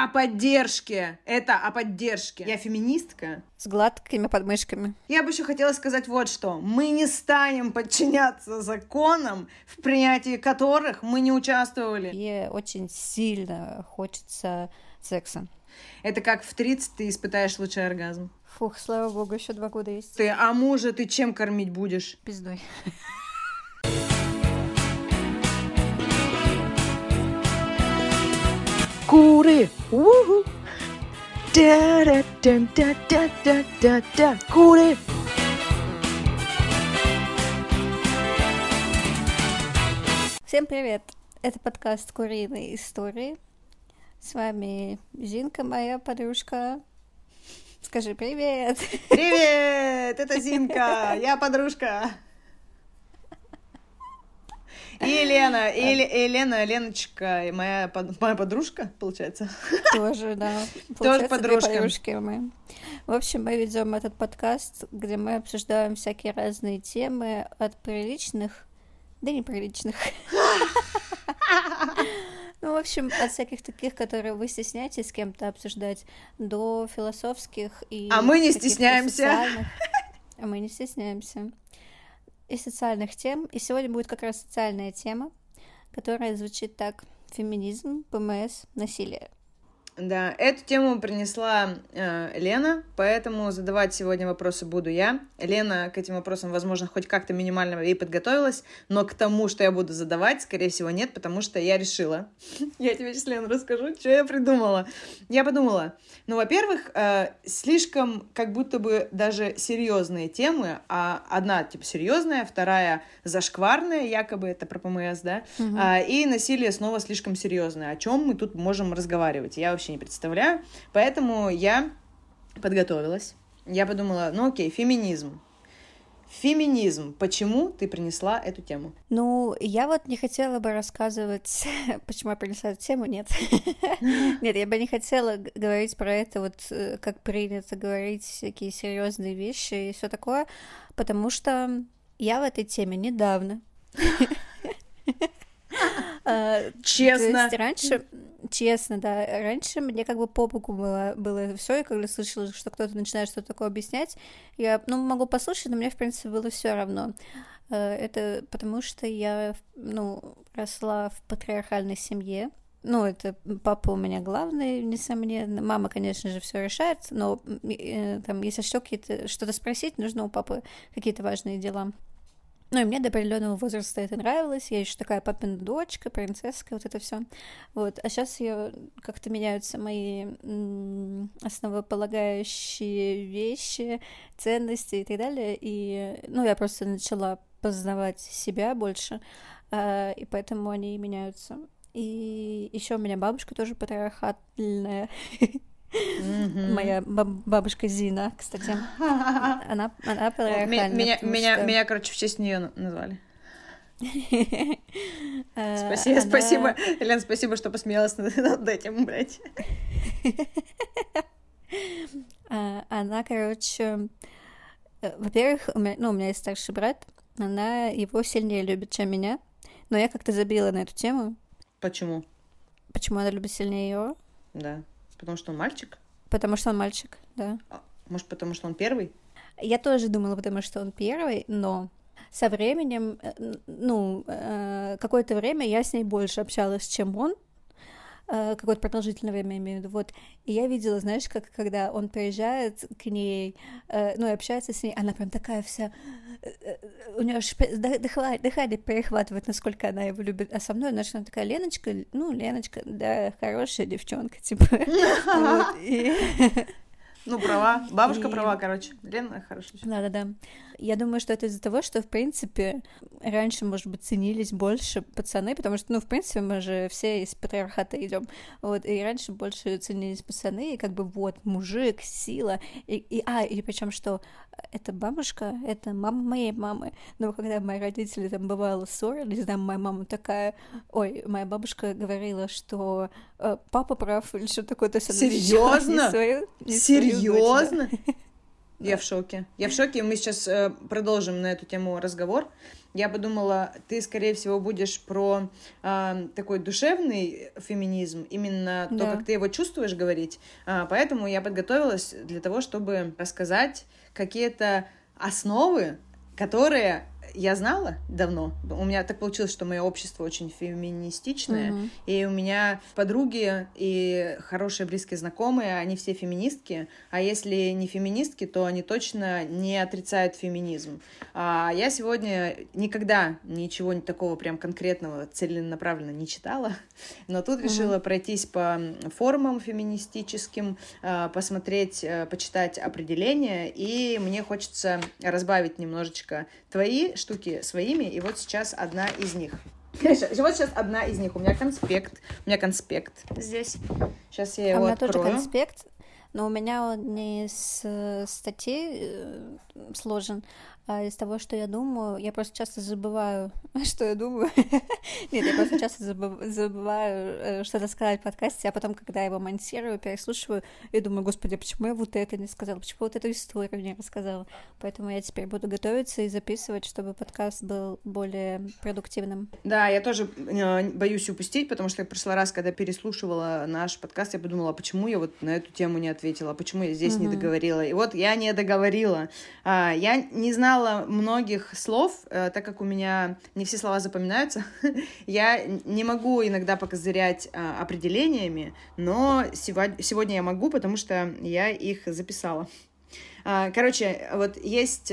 о поддержке. Это о поддержке. Я феминистка. С гладкими подмышками. Я бы еще хотела сказать вот что. Мы не станем подчиняться законам, в принятии которых мы не участвовали. Мне очень сильно хочется секса. Это как в 30 ты испытаешь лучший оргазм. Фух, слава богу, еще 2 года есть. А мужа ты чем кормить будешь? Пиздой. Куры! Уху! Да-да-да-да-да-да-да! Куры! Всем привет! Это подкаст «Куриные истории». С вами Зинка, моя подружка. Скажи привет! Привет! Это Зинка, я подружка. И Елена, Леночка, моя подружка, получается. Тоже, да. Тоже подружка. Подружки мы. В общем, мы ведем этот подкаст, где мы обсуждаем всякие разные темы, от приличных до неприличных. Ну, в общем, от всяких таких, которые вы стесняетесь с кем-то обсуждать, до философских и... А мы не стесняемся. А мы не стесняемся. И социальных тем. И сегодня будет как раз социальная тема, которая звучит так: феминизм, ПМС, насилие. Да, эту тему принесла Лена, поэтому задавать сегодня вопросы буду я. Лена к этим вопросам, возможно, хоть как-то минимально и подготовилась, но к тому, что я буду задавать, скорее всего, нет, потому что я решила. Я тебе сейчас, Лена, расскажу, что я придумала. Я подумала, ну, во-первых, слишком как будто бы даже серьезные темы, а одна, типа, серьезная, вторая зашкварная, якобы это про ПМС, да, и насилие снова слишком серьезное. О чем мы тут можем разговаривать? Я вообще не представляю, поэтому я подготовилась. Я подумала, ну окей, феминизм. Феминизм. Почему ты принесла эту тему? Ну, я вот не хотела бы рассказывать, почему я принесла эту тему, нет. Нет, я бы не хотела говорить про это, вот как принято говорить, всякие серьезные вещи и все такое, потому что я в этой теме недавно. Честно. То есть честно, да, раньше мне как бы по боку было все, и когда слышала, что кто-то начинает что-то такое объяснять, я, могу послушать, но мне, в принципе, было все равно. Это потому что я, росла в патриархальной семье. Это папа у меня главный, несомненно. Мама, конечно же, все решает, но там, если что-то спросить, нужно у папы какие-то важные дела. И мне до определенного возраста это нравилось. Я еще такая папина дочка, принцесска, вот это все. Вот. А сейчас как-то меняются мои основополагающие вещи, ценности и так далее. И, я просто начала познавать себя больше, и поэтому они меняются. И еще у меня бабушка тоже патриархальная. Моя бабушка Зина, кстати. Она патриархальная. Меня, короче, в честь нее назвали. Спасибо, Лен, спасибо, что посмеялась над этим, блядь. Она, короче, во-первых, у меня есть старший брат, она его сильнее любит, чем меня, но я как-то забила на эту тему. Почему? Почему она любит сильнее его? Да. Потому что он мальчик? Потому что он мальчик, да. Может, потому что он первый? Я тоже думала, потому что он первый, но со временем, какое-то время я с ней больше общалась, чем он. Какое-то продолжительное время, имею в виду, вот. И я видела, знаешь, когда он приезжает к ней, и общается с ней, она прям такая вся... У нее дыхание перехватывает, насколько она его любит. А со мной, она такая: Леночка, да, хорошая девчонка, типа. Права. Бабушка права, короче. Лена хорошая. Да. Я думаю, что это из-за того, что, в принципе, раньше, может быть, ценились больше пацаны, потому что, в принципе, мы же все из патриархата идем. Вот, и раньше больше ценились пацаны, и как бы вот, мужик, сила. И причем что эта бабушка, это мама моей мамы. Но когда мои родители там бывало ссорились, там моя мама такая: ой, моя бабушка говорила, что папа прав, или что такое-то. Серьезно? Серьезно? Я в шоке. Я в шоке. Мы сейчас продолжим на эту тему разговор. Я подумала, ты, скорее всего, будешь про такой душевный феминизм, именно то, как ты его чувствуешь, говорить. Поэтому я подготовилась для того, чтобы рассказать какие-то основы, которые я знала давно. У меня так получилось, что мое общество очень феминистичное, и у меня подруги и хорошие близкие знакомые, они все феминистки, а если не феминистки, то они точно не отрицают феминизм. Я сегодня никогда ничего такого прям конкретного, целенаправленно не читала, но тут решила пройтись по форумам феминистическим, посмотреть, почитать определения, и мне хочется разбавить немножечко твои штуки своими, и вот сейчас одна из них. Вот сейчас одна из них. У меня конспект здесь. Сейчас я его открою. У меня тоже конспект, но у меня он не из статей сложен, а из того, что я думаю. Я просто часто забываю, что я думаю. Нет, я просто часто забываю что-то сказать в подкасте, а потом, когда я его монтирую, переслушиваю, и думаю, господи, почему я вот это не сказала, почему вот эту историю не рассказала. Поэтому я теперь буду готовиться и записывать, чтобы подкаст был более продуктивным. Да, я тоже боюсь упустить, потому что в прошлый раз, когда переслушивала наш подкаст, я подумала, почему я вот на эту тему не ответила, почему я здесь не договорила. И вот я не договорила. Я не знала многих слов, так как у меня не все слова запоминаются, я не могу иногда покозырять определениями, но сегодня я могу, потому что я их записала. Короче, вот есть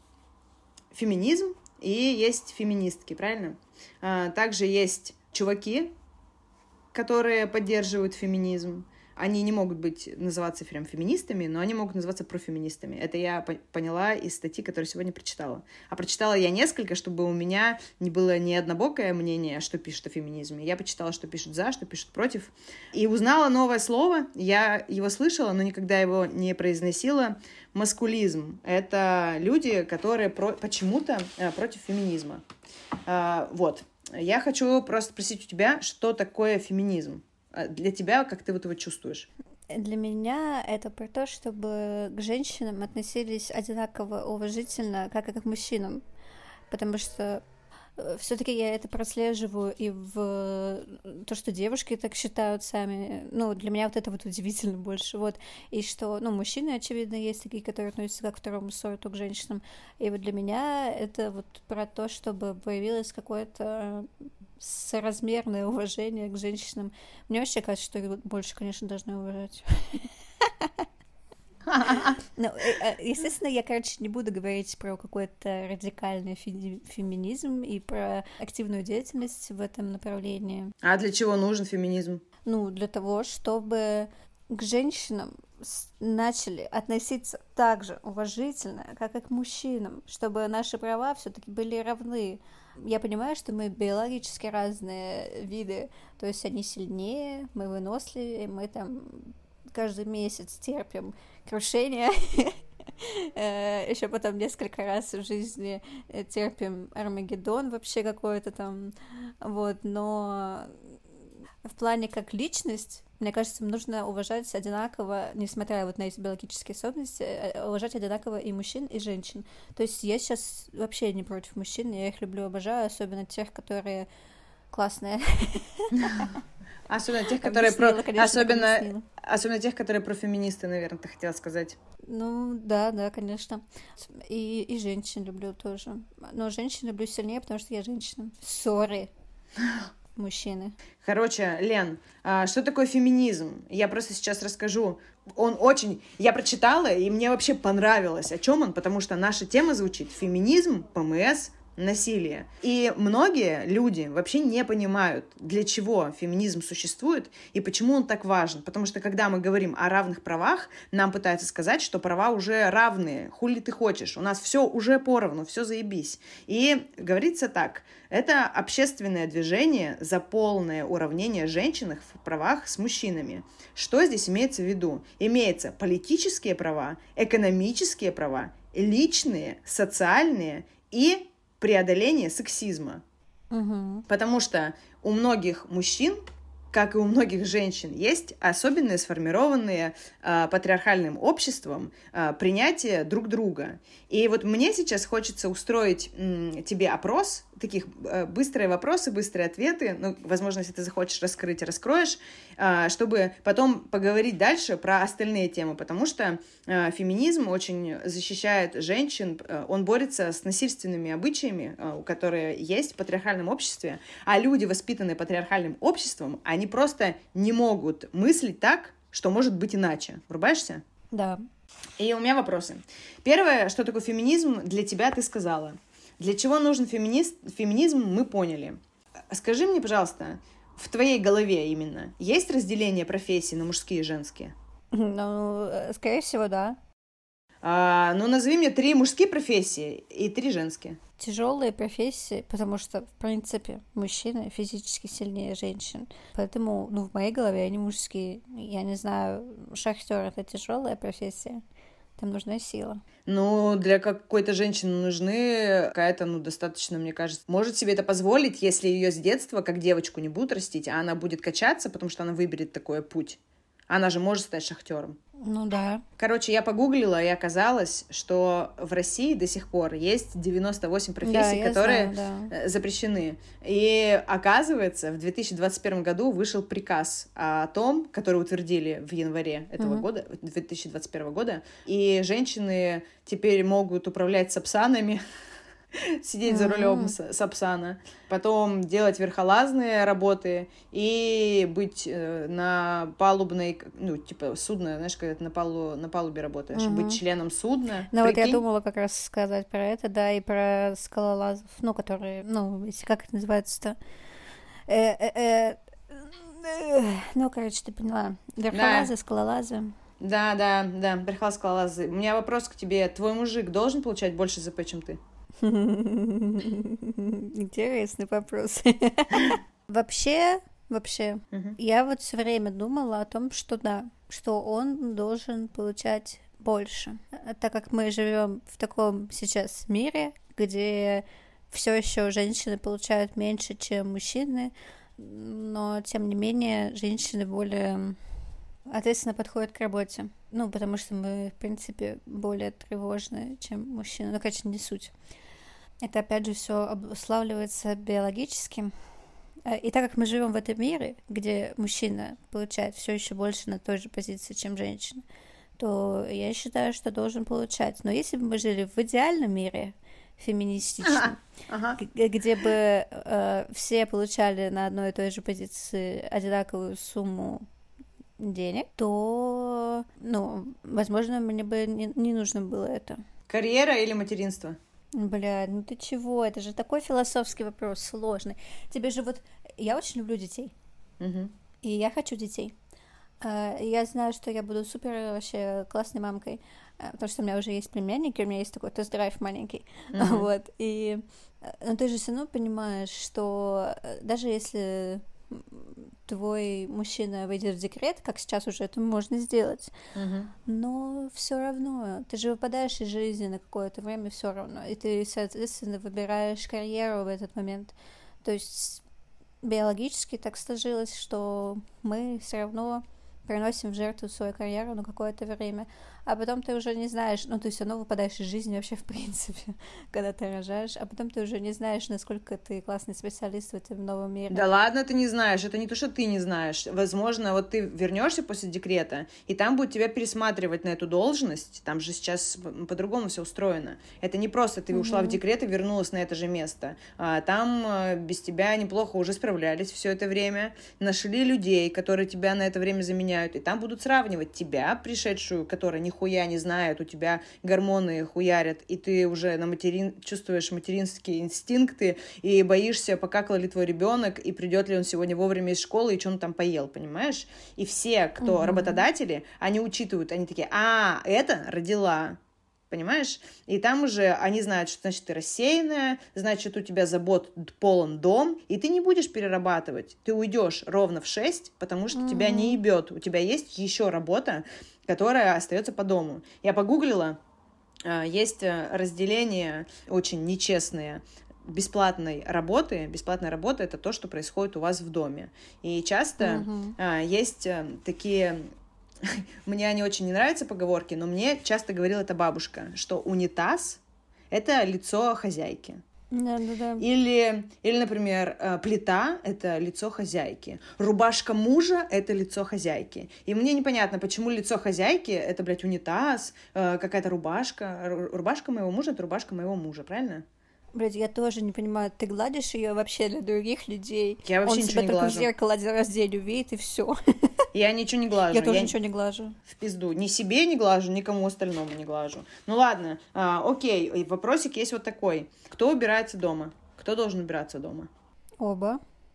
феминизм и есть феминистки, правильно? Также есть чуваки, которые поддерживают феминизм. Они не могут называться прям феминистами, но они могут называться профеминистами. Это я поняла из статьи, которую сегодня прочитала. А прочитала я несколько, чтобы у меня не было ни однобокое мнение, что пишут о феминизме. Я почитала, что пишут за, что пишут против. И узнала новое слово. Я его слышала, но никогда его не произносила. Маскулизм. Это люди, которые почему-то против феминизма. Вот. Я хочу просто спросить у тебя, что такое феминизм? Для тебя, как ты вот его чувствуешь? Для меня это про то, чтобы к женщинам относились одинаково уважительно, как и к мужчинам. Потому что все-таки я это прослеживаю и в то, что девушки так считают сами. Ну, для меня вот это вот удивительно больше. Вот. И что, мужчины, очевидно, есть такие, которые относятся как к второму сорту к женщинам. И вот для меня это вот про то, чтобы появилось какое-то соразмерное уважение к женщинам. Мне вообще кажется, что их больше, конечно, должны уважать. Естественно, я, не буду говорить про какой-то радикальный феминизм и про активную деятельность в этом направлении. А для чего нужен феминизм? Для того, чтобы к женщинам начали относиться так же уважительно, как и к мужчинам, чтобы наши права все-таки были равны. Я понимаю, что мы биологически разные виды, то есть они сильнее, мы выносливее, мы там каждый месяц терпим крушение, еще потом несколько раз в жизни терпим Армагеддон вообще какой-то там, вот, но в плане как личность, мне кажется, нужно уважать одинаково, несмотря вот на эти биологические особенности, уважать одинаково и мужчин, и женщин. То есть я сейчас вообще не против мужчин, я их люблю, обожаю, особенно тех, которые классные. Особенно тех, которые особенно тех, которые профеминисты, наверное, ты хотела сказать. Да, конечно. И женщин люблю тоже. Но женщин люблю сильнее, потому что я женщина. Сори. Мужчины. Короче, Лен, что такое феминизм? Я просто сейчас расскажу. Я прочитала, и мне вообще понравилось, о чем он, потому что наша тема звучит феминизм, ПМС, насилие. И многие люди вообще не понимают, для чего феминизм существует и почему он так важен. Потому что, когда мы говорим о равных правах, нам пытаются сказать, что права уже равные. Хули ты хочешь? У нас все уже поровну, все заебись. И говорится так. Это общественное движение за полное уравнение женщин в правах с мужчинами. Что здесь имеется в виду? Имеются политические права, экономические права, личные, социальные и преодоление сексизма. Потому что у многих мужчин как и у многих женщин, есть особенные, сформированные патриархальным обществом принятия друг друга. И вот мне сейчас хочется устроить тебе опрос, таких быстрые вопросы, быстрые ответы, ну, возможно, если ты захочешь раскрыть, раскроешь, чтобы потом поговорить дальше про остальные темы, потому что феминизм очень защищает женщин, он борется с насильственными обычаями, которые есть в патриархальном обществе, а люди, воспитанные патриархальным обществом, они просто не могут мыслить так, что может быть иначе. Врубаешься? Да. И у меня вопросы. Первое, что такое феминизм для тебя, ты сказала. Для чего нужен феминизм, мы поняли. Скажи мне, пожалуйста, в твоей голове именно есть разделение профессий на мужские и женские? Ну, скорее всего, да. Ну, назови мне 3 мужские профессии и 3 женские. Тяжелые профессии, потому что, в принципе, мужчины физически сильнее женщин. Поэтому, ну, в моей голове они мужские. Я не знаю, шахтер — это тяжелая профессия. Там нужна сила. Ну, для какой-то женщины нужны какая-то, ну, достаточно, мне кажется, может себе это позволить, если ее с детства как девочку не будут растить, а она будет качаться, потому что она выберет такой путь. Она же может стать шахтером. Ну да. Короче, я погуглила, и оказалось, что в России до сих пор есть 98 профессий, которые запрещены. И оказывается, в 2021 году вышел приказ о том, который утвердили в январе этого года, 2021 года, и женщины теперь могут управлять сапсанами, сидеть за рулем сапсана, потом делать верхолазные работы и быть на палубной, ну, типа судно, знаешь, когда ты на палубе работаешь, быть членом судна. Ну, вот я думала как раз сказать про это, да, и про скалолазов, ну, которые, ну, если как это называется-то, ну, короче, ты поняла, верхолазы, скалолазы. Да, верхолазы, скалолазы. У меня вопрос к тебе, твой мужик должен получать больше ЗП, чем ты? Интересный вопрос. Вообще, я вот все время думала о том, что да, что он должен получать больше, так как мы живем в таком сейчас мире, где все еще женщины получают меньше, чем мужчины, но тем не менее женщины более ответственно подходят к работе. Ну, потому что мы, в принципе, более тревожны, чем мужчины. Ну, конечно, не суть. Это, опять же, все обуславливается биологически. И так как мы живем в этом мире, где мужчина получает все еще больше на той же позиции, чем женщина, то я считаю, что должен получать. Но если бы мы жили в идеальном мире, феминистичном, где бы все получали на одной и той же позиции одинаковую сумму денег, то, ну, возможно, мне бы не нужно было это. Карьера или материнство? Бля, ну ты чего? Это же такой философский вопрос, сложный. Тебе же вот... Я очень люблю детей. И я хочу детей. Я знаю, что я буду супер вообще классной мамкой, потому что у меня уже есть племянники, у меня есть такой тест-драйв маленький. Вот. И... Но ты же все равно понимаешь, что даже если твой мужчина выйдет в декрет, как сейчас уже это можно сделать, но все равно ты же выпадаешь из жизни на какое-то время, все равно, и ты, соответственно, выбираешь карьеру в этот момент. То есть биологически так сложилось, что мы все равно приносим в жертву свою карьеру на какое-то время, а потом ты уже не знаешь, ну, ты все равно выпадаешь из жизни вообще в принципе, когда ты рожаешь, а потом ты уже не знаешь, насколько ты классный специалист в этом новом мире. Да ладно, ты не знаешь, это не то, что ты не знаешь. Возможно, вот ты вернешься после декрета, и там будут тебя пересматривать на эту должность, там же сейчас по-другому все устроено. Это не просто ты ушла в декрет и вернулась на это же место. Там без тебя неплохо уже справлялись все это время, нашли людей, которые тебя на это время заменяют, и там будут сравнивать тебя, пришедшую, которая нихуя не знает, у тебя гормоны хуярят, и ты уже чувствуешь материнские инстинкты и боишься, покакал ли твой ребенок, и придет ли он сегодня вовремя из школы, и что он там поел, понимаешь? И все, кто работодатели, они учитывают, они такие, это родила, понимаешь? И там уже они знают, что, значит, ты рассеянная, значит, у тебя забот полон дом, и ты не будешь перерабатывать. Ты уйдешь ровно в 6, потому что тебя не ебет. У тебя есть еще работа, которая остается по дому. Я погуглила, есть разделения очень нечестные. бесплатной работы. Бесплатная работа — это то, что происходит у вас в доме. И часто есть такие... Мне они очень не нравятся, поговорки, но мне часто говорила эта бабушка, что унитаз — это лицо хозяйки. Да. Или, например, плита — это лицо хозяйки. Рубашка мужа — это лицо хозяйки. И мне непонятно, почему лицо хозяйки — это, блядь, унитаз, какая-то рубашка. Рубашка моего мужа — это рубашка моего мужа, правильно? Блядь, я тоже не понимаю, ты гладишь ее вообще для других людей? Я вообще Он ничего себя не только глажу. в зеркало один раз в день увидит, и все. Я ничего не глажу. Я тоже ничего не глажу. В пизду. Ни себе не глажу, никому остальному не глажу. Ну ладно, окей, вопросик есть вот такой. Кто убирается дома? Кто должен убираться дома? Оба.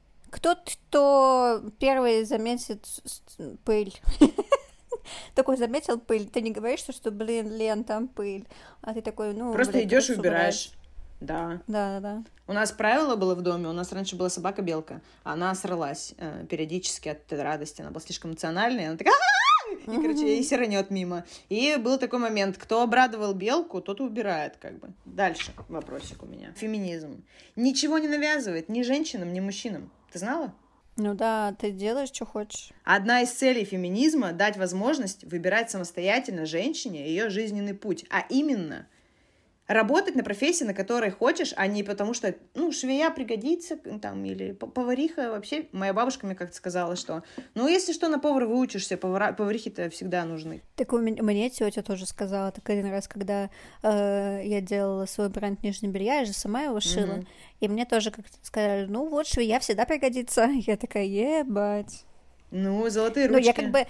Кто первый заметит пыль? Такой заметил пыль. Ты не говоришь, что блин, Лен, там пыль. А ты такой, ну... Просто идешь и убираешь. Да. Да. У нас правило было в доме, у нас раньше была собака-белка, она сралась периодически от радости, она была слишком эмоциональная, она такая, и, короче, и сиранет мимо. И был такой момент, кто обрадовал белку, тот и убирает, как бы. Дальше вопросик у меня. Феминизм. Ничего не навязывает ни женщинам, ни мужчинам. Ты знала? Ну да, ты делаешь, что хочешь. Одна из целей феминизма — дать возможность выбирать самостоятельно женщине ее жизненный путь, а именно работать на профессии, на которой хочешь, а не потому что, ну, швея пригодится, там, или повариха вообще. Моя бабушка мне как-то сказала, что, ну, если что, на повара выучишься, поварихи-то всегда нужны. Так мне тетя тоже сказала, так один раз, когда я делала свой бренд нижнего белья, я же сама его шила, и мне тоже как-то сказали, ну, вот, швея всегда пригодится. Я такая, ебать. Ну, золотые ручки. Ну, я как бы,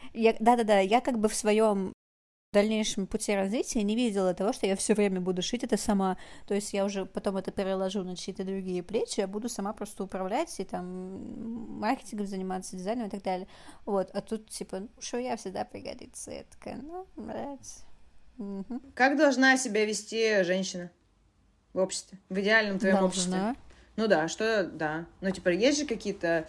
я как бы в своем дальнейшем пути развития не видела того, что я все время буду шить это сама. То есть я уже потом это переложу на чьи-то другие плечи, я буду сама просто управлять и там маркетингом заниматься, дизайном и так далее. Вот, а тут типа, ну, что я всегда пригодится. Я такая, ну, блядь. Угу. Как должна себя вести женщина в обществе? В идеальном твоем обществе? Ну да, да. Ну, типа, есть же какие-то...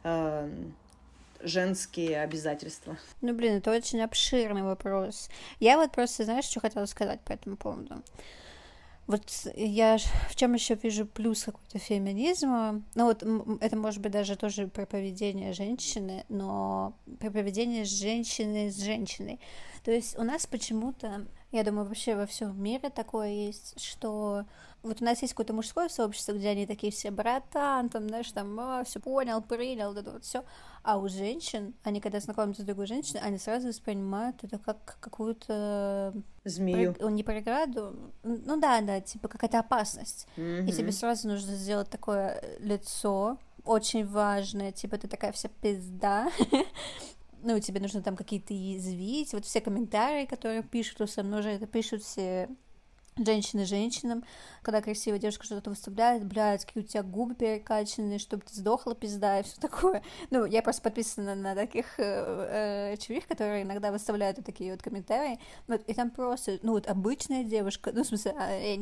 женские обязательства? Ну, блин, это очень обширный вопрос. Я вот просто, знаешь, что хотела сказать по этому поводу? Вот я в чем еще вижу плюс какой-то феминизма? Ну, вот это может быть даже тоже про поведение женщины, но про поведение женщины с женщиной. То есть у нас почему-то, я думаю, вообще во всем мире такое есть, что вот у нас есть какое-то мужское сообщество, где они такие все братан, там, знаешь, там, все понял, принял, вот это вот все. А у женщин, они когда знакомятся с другой женщиной, они сразу воспринимают это как какую-то... Змею. Не преграду, ну да, типа какая-то опасность. И тебе сразу нужно сделать такое лицо, очень важное, типа ты такая вся пизда. Ну, тебе нужно там какие-то язвить. Вот все комментарии, которые пишут, со мной же это пишут все женщины женщинам, когда красивая девушка что-то выставляет, блядь, какие у тебя губы перекачанные, чтобы ты сдохла, пизда, и все такое. Ну, я просто подписана на таких чувих, которые иногда выставляют вот такие вот комментарии, вот, и там просто, ну, вот обычная девушка, ну, в смысле, я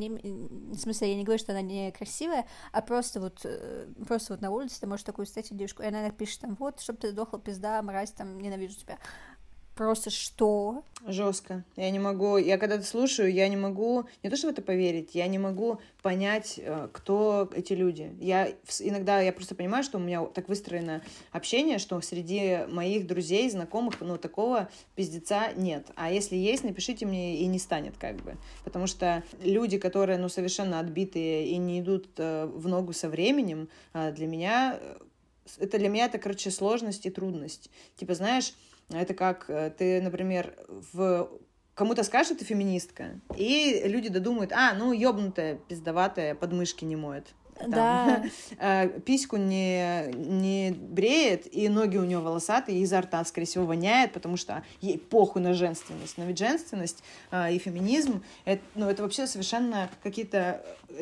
не говорю, что она не красивая, а просто вот на улице ты можешь такую встретить девушку, и она пишет там, вот, чтобы ты сдохла, пизда, мразь, там, ненавижу тебя. Просто что? Жестко. Я не могу, я когда-то слушаю, я не могу, не то чтобы это поверить, я не могу понять, кто эти люди. Иногда я просто понимаю, что у меня так выстроено общение, что среди моих друзей, знакомых, ну, такого пиздеца нет. А если есть, напишите мне, и не станет, как бы. Потому что люди, которые, ну, совершенно отбитые и не идут в ногу со временем, для меня это, короче, сложность и трудность. Типа, знаешь, это как ты, например, кому-то скажешь, что ты феминистка, и люди додумают, ну, ёбнутая, пиздоватая, подмышки не моет. Да. Письку не бреет, и ноги у нее волосатые, и изо рта, скорее всего, воняет, потому что ей похуй на женственность. Но ведь женственность и феминизм, это вообще совершенно какой-то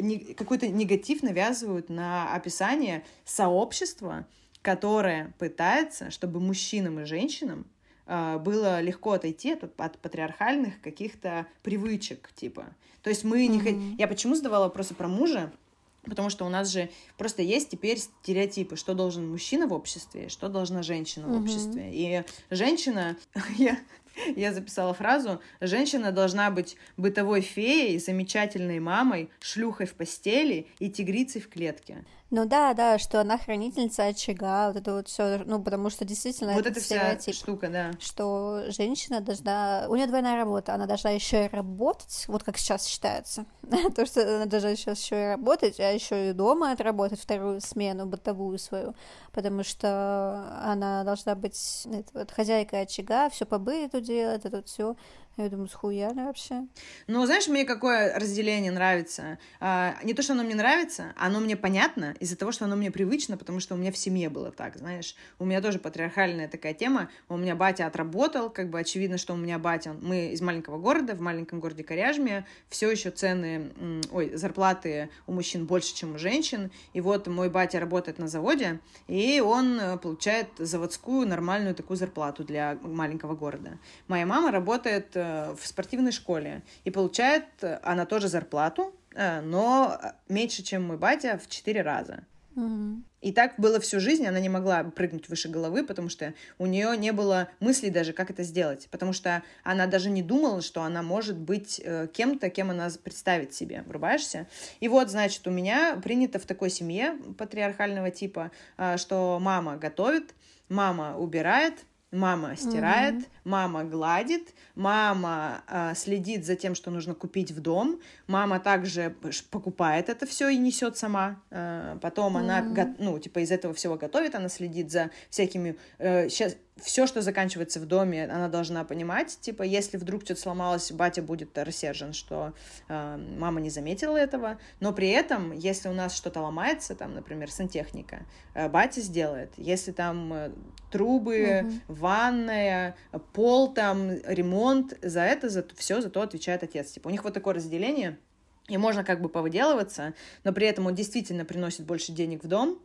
негатив навязывают на описание сообщества, которое пытается, чтобы мужчинам и женщинам было легко отойти от патриархальных каких-то привычек, типа. То есть мы не хотим... Я почему задавала вопросы про мужа? Потому что у нас же просто есть теперь стереотипы, что должен мужчина в обществе, что должна женщина в обществе. И женщина... Я записала фразу: «Женщина должна быть бытовой феей, замечательной мамой, шлюхой в постели и тигрицей в клетке». Ну да, что она хранительница очага, вот это вот все, ну, потому что действительно Вот этот это вся стереотип, штука, да. что женщина должна, у нее двойная работа, она должна еще и работать, вот как сейчас считается, то, что она должна сейчас еще и работать, а еще и дома отработать вторую смену, бытовую свою, потому что она должна быть вот, хозяйкой очага, все по быту делать, это вот все. Я думаю, схуяли вообще. Ну, знаешь, мне какое разделение нравится? Не то, что оно мне нравится, оно мне понятно из-за того, что оно мне привычно, потому что у меня в семье было так, знаешь. У меня тоже патриархальная такая тема. У меня батя отработал, как бы очевидно, что у меня батя... Мы из маленького города, в маленьком городе Коряжме, все еще цены... зарплаты у мужчин больше, чем у женщин. И вот мой батя работает на заводе, и он получает заводскую нормальную такую зарплату для маленького города. Моя мама работает в спортивной школе и получает она тоже зарплату, но меньше, чем мой батя, в 4 раза. Mm-hmm. И так было всю жизнь, она не могла прыгнуть выше головы, потому что у нее не было мыслей даже, как это сделать, потому что она даже не думала, что она может быть кем-то, кем она представит себе. Врубаешься? И вот, значит, у меня принято в такой семье патриархального типа, что мама готовит, мама убирает, мама стирает, мама гладит, мама следит за тем, что нужно купить в дом, мама также покупает это все и несет сама. Потом она, ну, типа, из этого всего готовит, она следит за всякими... Сейчас все, что заканчивается в доме, она должна понимать. Типа, если вдруг что-то сломалось, батя будет рассержен, что мама не заметила этого. Но при этом, если у нас что-то ломается, там, например, сантехника, батя сделает. Если там трубы, ванная, пол, там, ремонт, за это все зато отвечает отец. Типа, у них вот такое разделение. И можно как бы повыделываться, но при этом он действительно приносит больше денег в дом,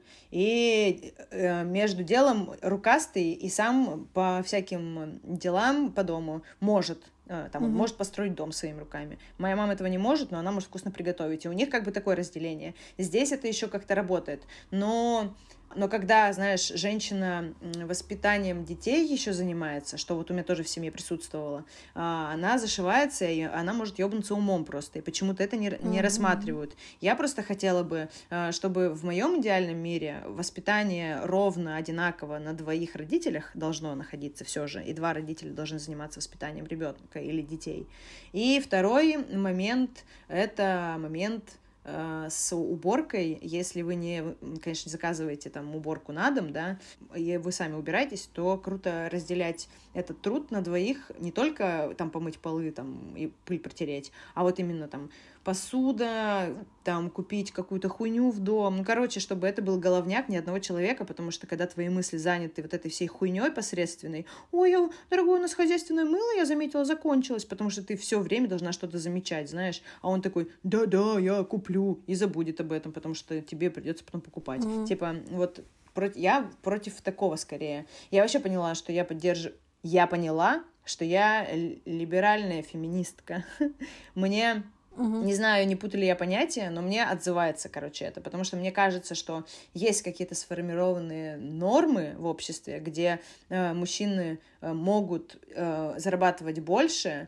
и между делом рукастый и сам по всяким делам по дому может. Там, он может построить дом своими руками. Моя мама этого не может, но она может вкусно приготовить. И у них как бы такое разделение. Здесь это еще как-то работает. Но когда, знаешь, женщина воспитанием детей еще занимается, что вот у меня тоже в семье присутствовало, она зашивается, и она может ебнуться умом просто. И почему-то это не рассматривают. Я просто хотела бы, чтобы в моем идеальном мире воспитание ровно, одинаково на двоих родителях должно находиться все же. И 2 родителя должны заниматься воспитанием ребенка или детей. И второй момент — это момент с уборкой. Если вы конечно, не заказываете там уборку на дом, да, и вы сами убираетесь, то круто разделять этот труд на двоих, не только там помыть полы там и пыль протереть, а вот именно там посуда, там купить какую-то хуйню в дом. Ну, короче, чтобы это был головняк ни одного человека, потому что когда твои мысли заняты вот этой всей хуйней посредственной, ой, дорогой, у нас хозяйственное мыло, я заметила, закончилось, потому что ты все время должна что-то замечать, знаешь. А он такой: да, я куплю, и забудет об этом, потому что тебе придется потом покупать. Типа, вот я против такого скорее. Я вообще поняла, что я поняла, что я либеральная феминистка. Мне... Не знаю, не путаю ли я понятия, но мне отзывается, короче, это, потому что мне кажется, что есть какие-то сформированные нормы в обществе, где мужчины могут зарабатывать больше,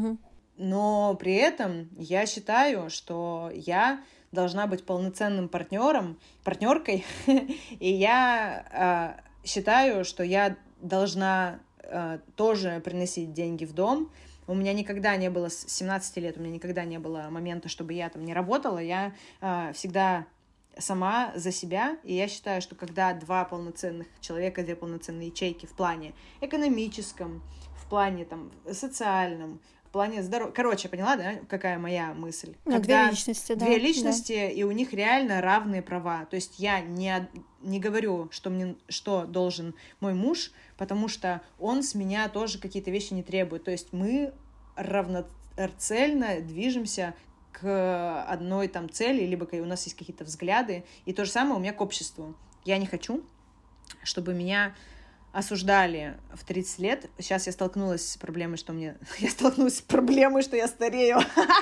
но при этом я считаю, что я должна быть полноценным партнеркой, и я считаю, что я должна тоже приносить деньги в дом. У меня никогда не было, с 17 лет, у меня никогда не было момента, чтобы я там не работала. Я всегда сама за себя. И я считаю, что когда 2 полноценных человека, 2 полноценные ячейки в плане экономическом, в плане там социальном, в плане здоровья... Короче, поняла, да, какая моя мысль? Когда 2 личности, да. 2 личности, да. И у них реально равные права. То есть я не говорю, что должен мой муж, потому что он с меня тоже какие-то вещи не требует. То есть мы равноцельно движемся к одной там цели, либо у нас есть какие-то взгляды. И то же самое у меня к обществу. Я не хочу, чтобы меня осуждали в 30 лет. Сейчас я столкнулась с проблемой, что я старею.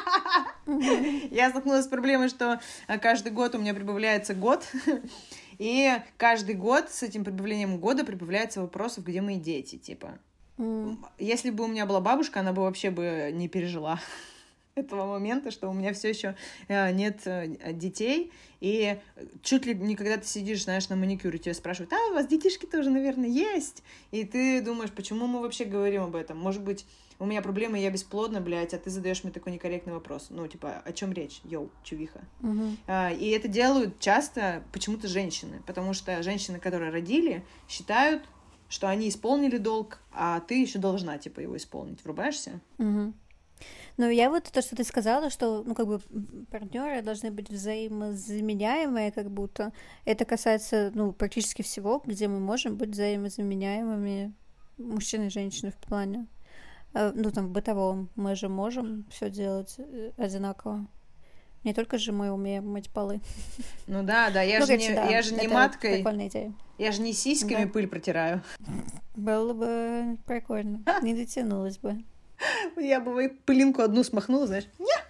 Я столкнулась с проблемой, что каждый год у меня прибавляется год. И каждый год с этим прибавлением года прибавляется вопросов, где мои дети, типа. Если бы у меня была бабушка, она бы вообще бы не пережила этого момента, что у меня все еще нет детей, и чуть ли не когда ты сидишь, знаешь, на маникюре, тебя спрашивают, у вас детишки тоже, наверное, есть? И ты думаешь, почему мы вообще говорим об этом? Может быть, у меня проблемы, я бесплодна, блядь, а ты задаешь мне такой некорректный вопрос. Ну, типа, о чем речь? Йоу, чувиха. И это делают часто почему-то женщины, потому что женщины, которые родили, считают, что они исполнили долг, а ты еще должна, типа, его исполнить. Врубаешься? Ну, я вот то, что ты сказала, что, ну, как бы партнеры должны быть взаимозаменяемые, как будто. Это касается, ну, практически всего, где мы можем быть взаимозаменяемыми, мужчины и женщины в плане. Ну, там, в бытовом. Мы же можем все делать одинаково. Не только же мы умеем мыть полы. Ну да, я же не маткой. Прикольная идея. Я же не сиськами пыль протираю. Было бы прикольно. Не дотянулась бы. Я бы пылинку одну смахнула, знаешь.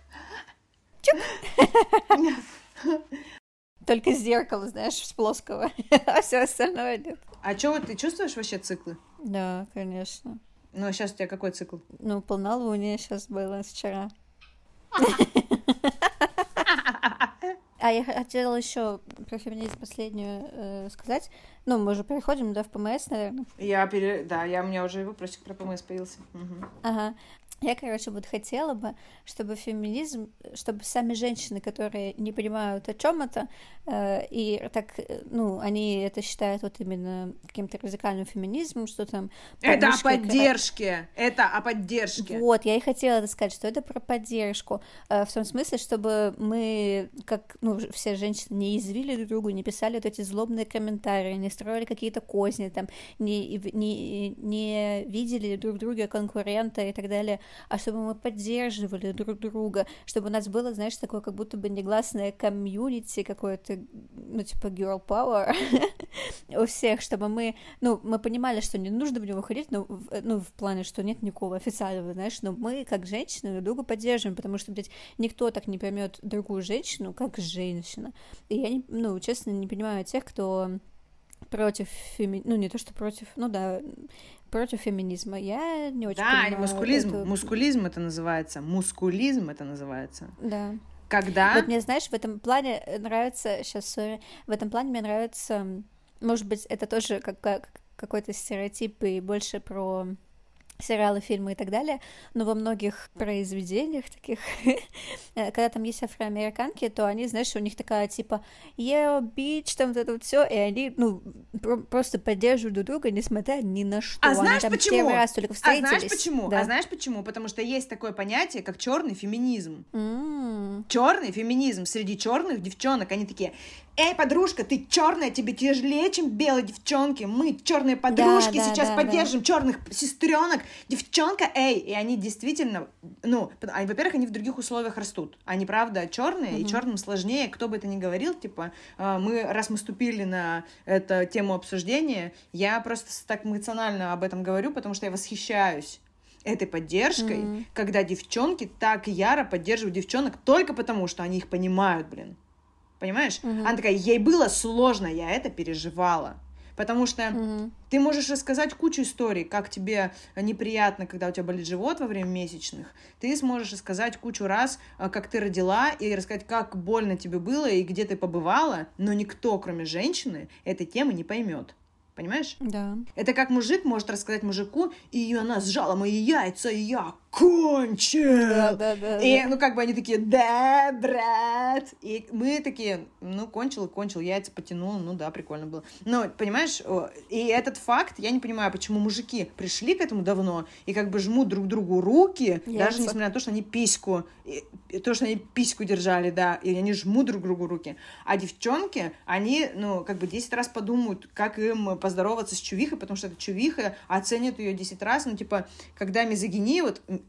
Только зеркало, знаешь, с плоского, а все остальное нет. А что, ты чувствуешь вообще циклы? Да, конечно. Ну, а сейчас у тебя какой цикл? Ну, полнолуние сейчас было вчера. А я хотела еще про феминизм последнюю сказать. Ну, мы уже переходим, да, в ПМС, наверное. У меня уже вопросик про ПМС появился. Ага. Я, короче, вот хотела бы, чтобы феминизм, чтобы сами женщины, которые не понимают, о чем это, и так, ну, они это считают вот именно каким-то радикальным феминизмом, что там... Это о поддержке! Это о поддержке! Вот, я и хотела это сказать, что это про поддержку, в том смысле, чтобы мы, как, ну, все женщины, не язвили друг другу, не писали вот эти злобные комментарии, не строили какие-то козни, там, не видели друг друга конкурента и так далее, а чтобы мы поддерживали друг друга, чтобы у нас было, знаешь, такое как будто бы негласное комьюнити какое-то, ну, типа girl power у всех, чтобы мы понимали, что не нужно в него ходить, в плане, что нет никакого официального, знаешь, но мы, как женщины, друг друга поддерживаем, потому что, блядь, никто так не поймет другую женщину, как женщина. И я, честно, не понимаю тех, кто против не то, что против, против феминизма. Я не очень понимаю. Да, мускулизм это называется. Мускулизм это называется. Да. Когда? Вот мне, знаешь, в этом плане нравится, мне нравится, может быть, это тоже как какой-то стереотип и больше про сериалы, фильмы и так далее, но во многих произведениях таких, когда там есть афроамериканки, то они, знаешь, у них такая типа yeah, bitch, там вот это вот все, и они, просто поддерживают друг друга, несмотря ни на что. А знаешь они там почему? Первый раз только встретились. А знаешь почему? Потому что есть такое понятие, как черный феминизм. Черный феминизм среди черных девчонок, они такие: эй, подружка, ты черная, тебе тяжелее, чем белые девчонки. Мы, черные подружки, сейчас поддержим черных сестренок. Девчонка, эй! И они действительно, во-первых, они в других условиях растут. Они, правда, черные, и черным сложнее, кто бы это ни говорил, типа, раз мы ступили на эту тему обсуждения, я просто так эмоционально об этом говорю, потому что я восхищаюсь этой поддержкой, когда девчонки так яро поддерживают девчонок только потому, что они их понимают, блин. Понимаешь? Она такая: ей было сложно, я это переживала. Потому что ты можешь рассказать кучу историй, как тебе неприятно, когда у тебя болит живот во время месячных. Ты сможешь рассказать кучу раз, как ты родила, и рассказать, как больно тебе было и где ты побывала, но никто, кроме женщины, этой темы не поймет. Понимаешь? Да. Это как мужик может рассказать мужику, и она сжала мои яйца, и я кончил. Да. И, они такие: да, брат. И мы такие: кончил, яйца потянул, прикольно было. Но, понимаешь, и этот факт, я не понимаю, почему мужики пришли к этому давно и жмут друг другу руки, даже несмотря на то, что они письку держали, да, и они жмут друг другу руки. А девчонки, они, 10 раз подумают, как им поздороваться с чувихой, потому что эта чувиха оценит ее 10 раз, когда мизогиния,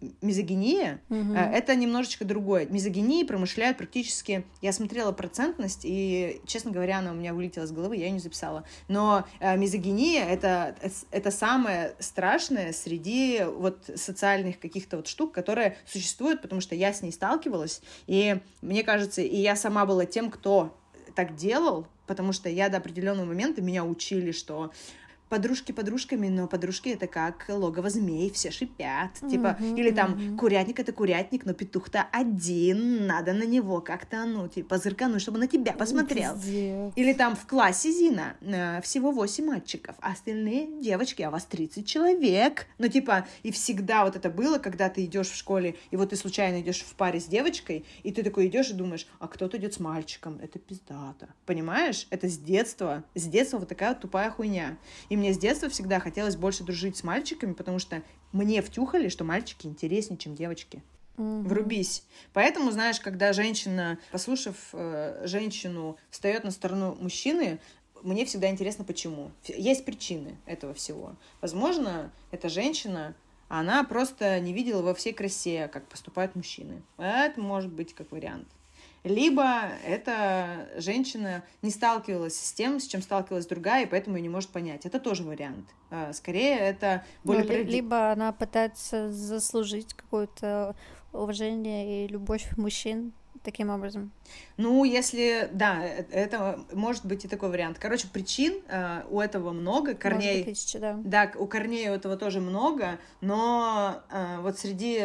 это немножечко другое. Мизогинии промышляют практически... Я смотрела процентность, и, честно говоря, она у меня вылетела из головы, я ее не записала. Но мизогиния — это самое страшное среди социальных каких-то штук, которые существуют, потому что я с ней сталкивалась, и мне кажется, и я сама была тем, кто так делал, потому что я до определенного момента меня учили, что подружки подружками, но подружки это как логово змей, все шипят, типа, или там курятник это курятник, но петух-то один, надо на него как-то, ну, типа, зыркануть, чтобы на тебя посмотрел. Или там в классе Зина всего 8 мальчиков, а остальные девочки, а вас 30 человек. Ну, типа, и всегда вот это было, когда ты идешь в школе, и вот ты случайно идешь в паре с девочкой, и ты такой идешь и думаешь, а кто-то идет с мальчиком, это пиздато. Понимаешь? Это с детства вот такая вот тупая хуйня. И мне с детства всегда хотелось больше дружить с мальчиками, потому что мне втюхали, что мальчики интереснее, чем девочки. Врубись. Поэтому, знаешь, когда женщина, послушав женщину, встает на сторону мужчины, мне всегда интересно, почему. Есть причины этого всего. Возможно, эта женщина, она просто не видела во всей красе, как поступают мужчины. Это может быть как вариант. Либо эта женщина не сталкивалась с тем, с чем сталкивалась другая, и поэтому ее не может понять. Это тоже вариант. Скорее, это более... Либо она пытается заслужить какое-то уважение и любовь мужчин таким образом. Ну, если... Да, это может быть и такой вариант. Короче, причин у этого много, корней... Может быть, 1000, да. Да, у корней у этого тоже много, но вот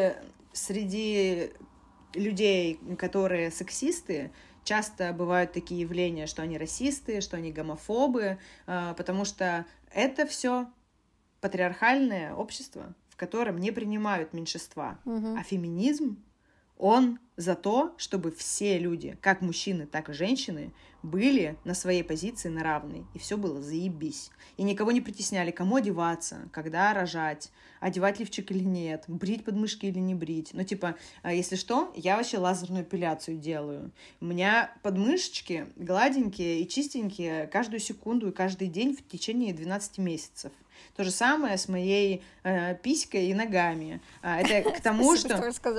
среди людей, которые сексисты, часто бывают такие явления, что они расисты, что они гомофобы, потому что это все патриархальное общество, в котором не принимают меньшинства. А феминизм, он за то, чтобы все люди, как мужчины, так и женщины, были на своей позиции на равной. И все было заебись. И никого не притесняли, кому одеваться, когда рожать, одевать лифчик или нет, брить подмышки или не брить. Ну, типа, если что, я вообще лазерную эпиляцию делаю. У меня подмышечки гладенькие и чистенькие каждую секунду и каждый день в течение 12 месяцев. То же самое с моей писькой и ногами. Это к тому, что...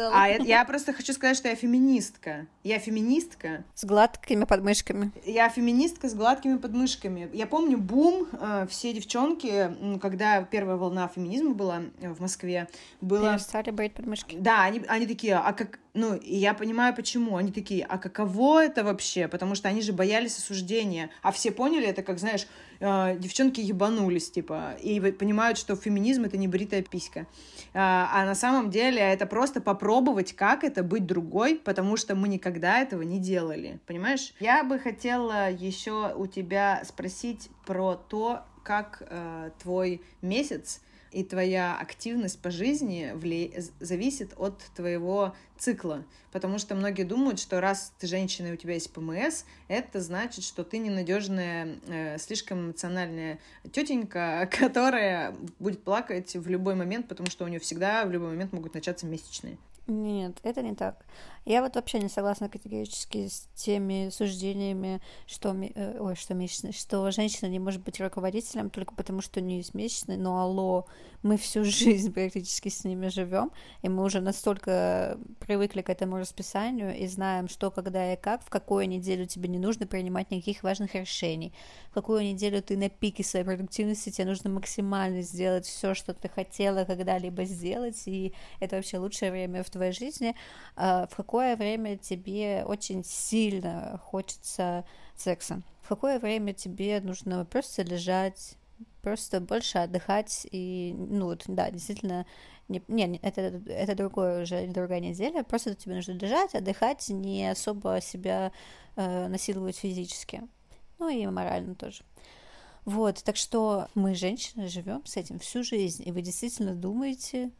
Я просто хочу сказать, что я феминистка. Я феминистка. С гладкими подмышками. Я феминистка с гладкими подмышками. Я помню бум, все девчонки, когда первая волна феминизма была в Москве, было... Перестали брить подмышки. Да, они такие, а как... Ну, и я понимаю, почему. Они такие, а каково это вообще? Потому что они же боялись осуждения. А все поняли это, как, знаешь, девчонки ебанулись, типа, и понимают, что феминизм — это не бритая писька. А на самом деле это просто попробовать, как это быть другой, потому что мы никогда этого не делали, понимаешь? Я бы хотела еще у тебя спросить про то, как твой месяц и твоя активность по жизни зависит от твоего цикла. Потому что многие думают, что раз ты женщина и у тебя есть ПМС, это значит, что ты ненадежная, слишком эмоциональная тетенька, которая будет плакать в любой момент, потому что у нее всегда в любой момент могут начаться месячные. Нет, это не так. Я вот вообще не согласна категорически с теми суждениями, что месячные, что женщина не может быть руководителем только потому, что у нее есть месячные. Но алло, мы всю жизнь практически с ними живем, и мы уже настолько привыкли к этому расписанию и знаем, что, когда и как, в какую неделю тебе не нужно принимать никаких важных решений, в какую неделю ты на пике своей продуктивности, тебе нужно максимально сделать все, что ты хотела когда-либо сделать, и это вообще лучшее время в твоей жизни, в какое время тебе очень сильно хочется секса, в какое время тебе нужно просто лежать, просто больше отдыхать, и, ну, вот, да, действительно, это другое уже, другая неделя, просто тебе нужно лежать, отдыхать, не особо себя насиловать физически, ну, и морально тоже. Вот, так что мы, женщины, живем с этим всю жизнь, и вы действительно думаете,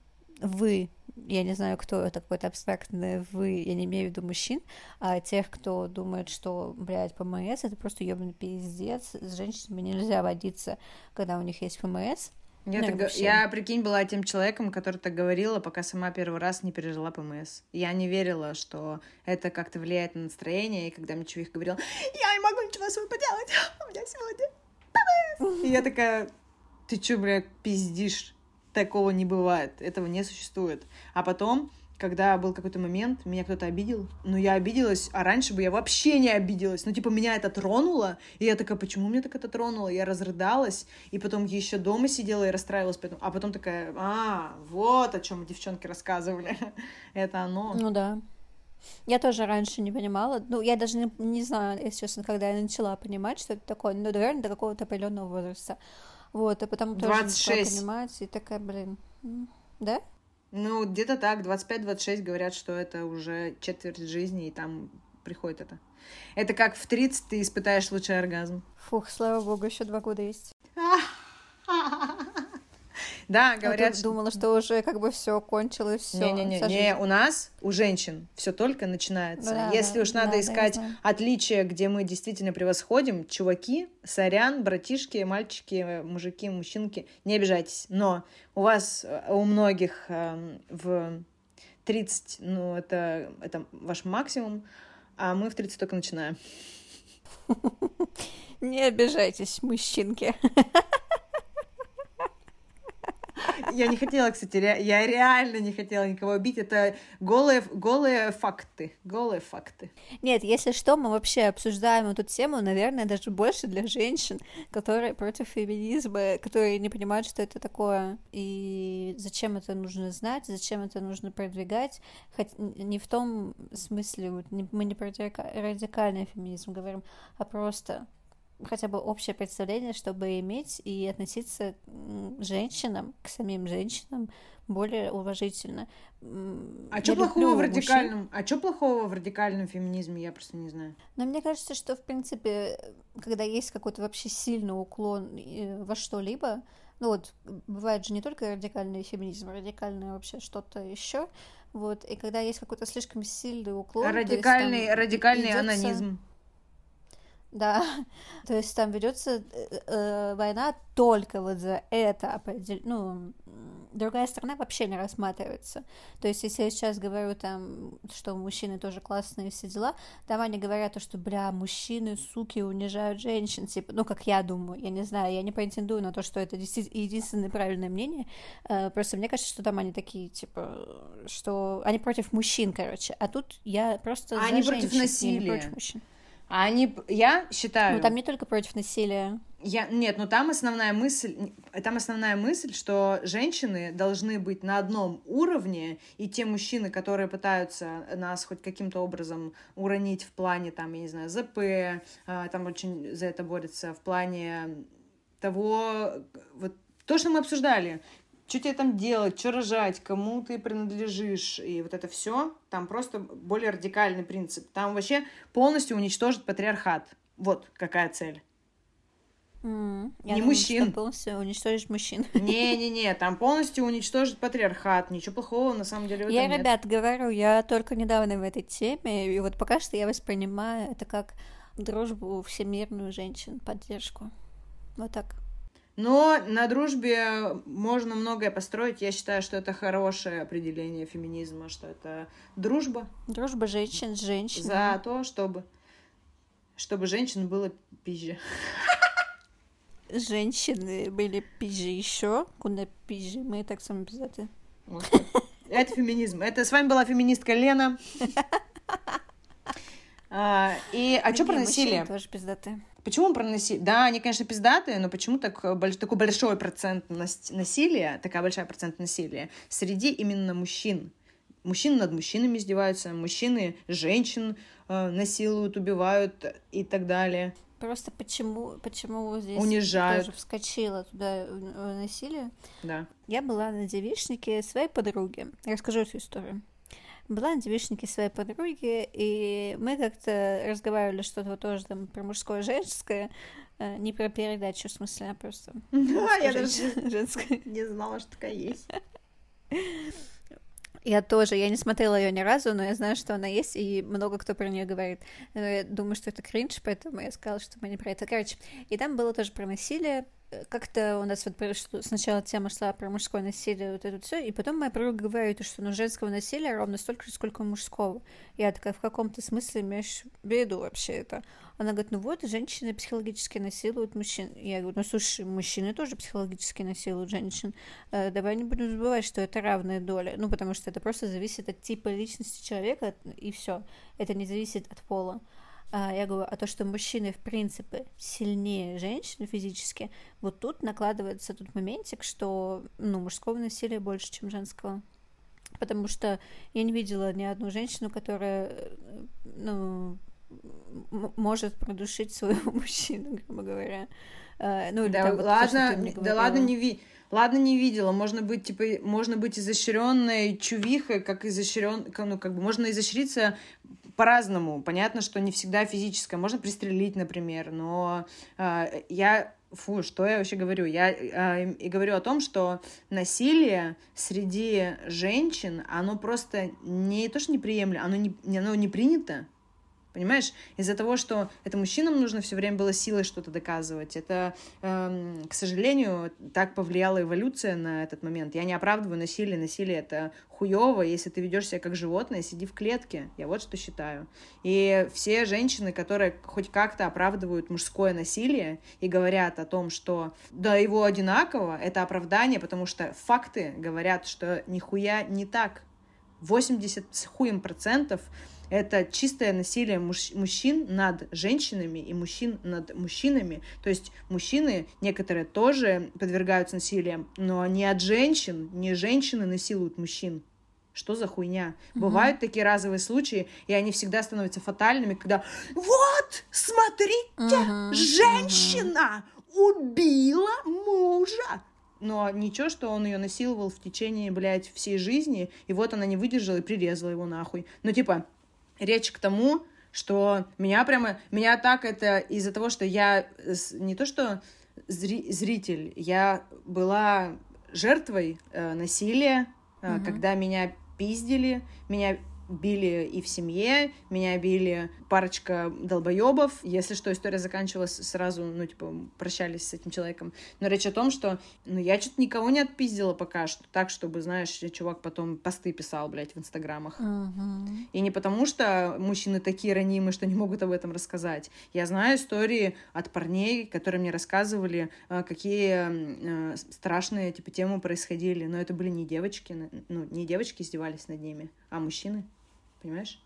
я не знаю, кто это, какое-то абстрактное вы, я не имею в виду мужчин, а тех, кто думает, что, блядь, ПМС — это просто ёбаный пиздец, с женщинами нельзя водиться, когда у них есть ПМС. Я, прикинь, была тем человеком, который так говорила, пока сама первый раз не пережила ПМС. Я не верила, что это как-то влияет на настроение, и когда мне человек говорил, я не могу ничего с собой поделать, у меня сегодня ПМС. И я такая, ты чё, бля, пиздишь? Такого не бывает, этого не существует. А потом, когда был какой-то момент, меня кто-то обидел, но я обиделась, а раньше бы я вообще не обиделась. Ну, типа, меня это тронуло, и я такая, почему меня так это тронуло? Я разрыдалась, и потом еще дома сидела и расстраивалась, а потом такая, вот о чем девчонки рассказывали. Это оно. Ну да. Я тоже раньше не понимала, ну, я даже не знаю, если честно, когда я начала понимать, что это такое, ну, наверное, до какого-то определенного возраста. Вот, а потом тоже начала 26. понимать, и такая, блин, да? Ну, где-то так, 25-26 говорят, что это уже четверть жизни, и там приходит это. Это как в 30 ты испытаешь лучший оргазм. Фух, слава богу, еще 2 года есть. Да, А говорят, ты думала, что уже как бы все кончилось, все. Не, у нас, у женщин, все только начинается. Да, Если да, уж надо да, искать я знаю. отличия, где мы действительно превосходим, чуваки, сорян, братишки, мальчики, мужики, мужчинки, не обижайтесь. Но у вас, у многих в 30, ну, это ваш максимум, а мы в 30 только начинаем. Не обижайтесь, мужчинки. Я не хотела, кстати, я реально не хотела никого бить. Это голые факты. Голые факты. Нет, если что, мы вообще обсуждаем эту тему, наверное, даже больше для женщин, которые против феминизма, которые не понимают, что это такое, и зачем это нужно знать, зачем это нужно продвигать. Хоть не в том смысле, вот, мы не про радикальный феминизм говорим, а просто хотя бы общее представление, чтобы иметь и относиться к женщинам, к самим женщинам более уважительно. А что плохого в радикальном? А что плохого в радикальном феминизме? Я просто не знаю. Но мне кажется, что в принципе, когда есть какой-то вообще сильный уклон во что-либо, ну вот бывает же не только радикальный феминизм, радикальное вообще что-то еще, вот, и когда есть какой-то слишком сильный уклон, радикальный анонизм. Да, то есть там ведется война только вот за это, ну, другая сторона вообще не рассматривается. То есть, если я сейчас говорю там, что мужчины тоже классные, все дела, там они говорят, что, бля, мужчины, суки, унижают женщин, типа, ну, как я думаю, я не знаю, я не претендую на то, что это действительно единственное правильное мнение, просто мне кажется, что там они такие, типа, что они против мужчин, короче, а тут я просто за они женщин, против насилия. Я не против мужчин. Я считаю... Ну, там не только против насилия. Нет, но там основная мысль, что женщины должны быть на одном уровне, и те мужчины, которые пытаются нас хоть каким-то образом уронить в плане, там, я не знаю, ЗП, там очень за это борются, в плане того, вот то, что мы обсуждали, что тебе там делать, что рожать, кому ты принадлежишь, и вот это все, там просто более радикальный принцип. Там вообще полностью уничтожить патриархат. Вот какая цель. Я не думаю, мужчин. Что полностью уничтожить мужчин. Не, там полностью уничтожить патриархат. Ничего плохого на самом деле в этом Я, нет. ребят, говорю, я только недавно в этой теме, и вот пока что я воспринимаю это как дружбу всемирную женщин, поддержку. Вот так. Но на дружбе можно многое построить. Я считаю, что это хорошее определение феминизма, что это дружба. Дружба женщин с женщинами. За то, чтобы женщин было пизже. Женщины были пизже еще, куда пизже, мы так сами пиздаты. Это феминизм. Это с вами была феминистка Лена. А что про насилие? Тоже пиздаты. Почему про насилие? Да, они, конечно, пиздатые, но почему такой большой процент насилия, такая большая процент насилия среди именно мужчин? Мужчины над мужчинами издеваются, мужчины женщин насилуют, убивают и так далее. Просто почему здесь унижают. Тоже вскочила туда насилие? Да. Я была на девичнике своей подруги. Расскажу эту историю. Была на девичнике своей подруги, и мы как-то разговаривали что-то тоже там про мужское, женское, не про передачу, в смысле, а просто я даже женское. Не знала, что такая есть. Я не смотрела ее ни разу, но я знаю, что она есть, и много кто про нее говорит. Но я думаю, что это кринж, поэтому я сказала, что мы не про это. Короче, и там было тоже про насилие. Как-то у нас вот сначала тема шла про мужское насилие, вот это все, и потом моя подруга говорит, что женского насилия ровно столько же, сколько мужского. Я такая, в каком-то смысле имеешь в виду вообще это? Она говорит, вот, женщины психологически насилуют мужчин. Я говорю, слушай, мужчины тоже психологически насилуют женщин. Давай не будем забывать, что это равная доля. Потому что это просто зависит от типа личности человека, и все. Это не зависит от пола. Я говорю, то, что мужчины, в принципе, сильнее женщин физически, вот тут накладывается тот моментик, что, мужского насилия больше, чем женского. Потому что я не видела ни одну женщину, которая, может продушить своего мужчину, грубо говоря. Ну, или Да там вот то, что ты мне ладно, говорила. ладно, не видела. Можно быть, типа, можно быть изощренной чувихой, ну, как бы, можно изощриться по-разному. Понятно, что не всегда физическое. Можно пристрелить, например, но что я вообще говорю? Я и говорю о том, что насилие среди женщин, оно просто не то, что неприемлемо, оно не принято. Понимаешь? Из-за того, что это мужчинам нужно все время было силой что-то доказывать. Это, к сожалению, так повлияла эволюция на этот момент. Я не оправдываю насилие. Насилие — это хуёво. Если ты ведешь себя как животное, сиди в клетке. Я вот что считаю. И все женщины, которые хоть как-то оправдывают мужское насилие и говорят о том, что да, его одинаково, это оправдание, потому что факты говорят, что нихуя не так. 80 с хуем процентов это чистое насилие мужчин над женщинами и мужчин над мужчинами. То есть мужчины некоторые тоже подвергаются насилию, но не от женщин, не женщины насилуют мужчин. Что за хуйня? Бывают такие разовые случаи, и они всегда становятся фатальными, когда вот, смотрите, женщина убила мужа. Но ничего, что он ее насиловал в течение, блядь, всей жизни, и вот она не выдержала и прирезала его нахуй. Ну, типа, речь к тому, что меня так это из-за того, что я не то что зритель, я была жертвой насилия, когда меня пиздили, меня били и в семье, меня били парочка долбоебов. Если что, история заканчивалась сразу, ну, типа, прощались с этим человеком. Но речь о том, что, ну, я что-то никого не отпиздила пока что, так, чтобы, знаешь, чувак потом посты писал, блядь, в инстаграмах. И не потому, что мужчины такие ранимые, что не могут об этом рассказать. Я знаю истории от парней, которые мне рассказывали, какие страшные, типа, темы происходили. Но это были не девочки, ну, не девочки издевались над ними, а мужчины. Понимаешь?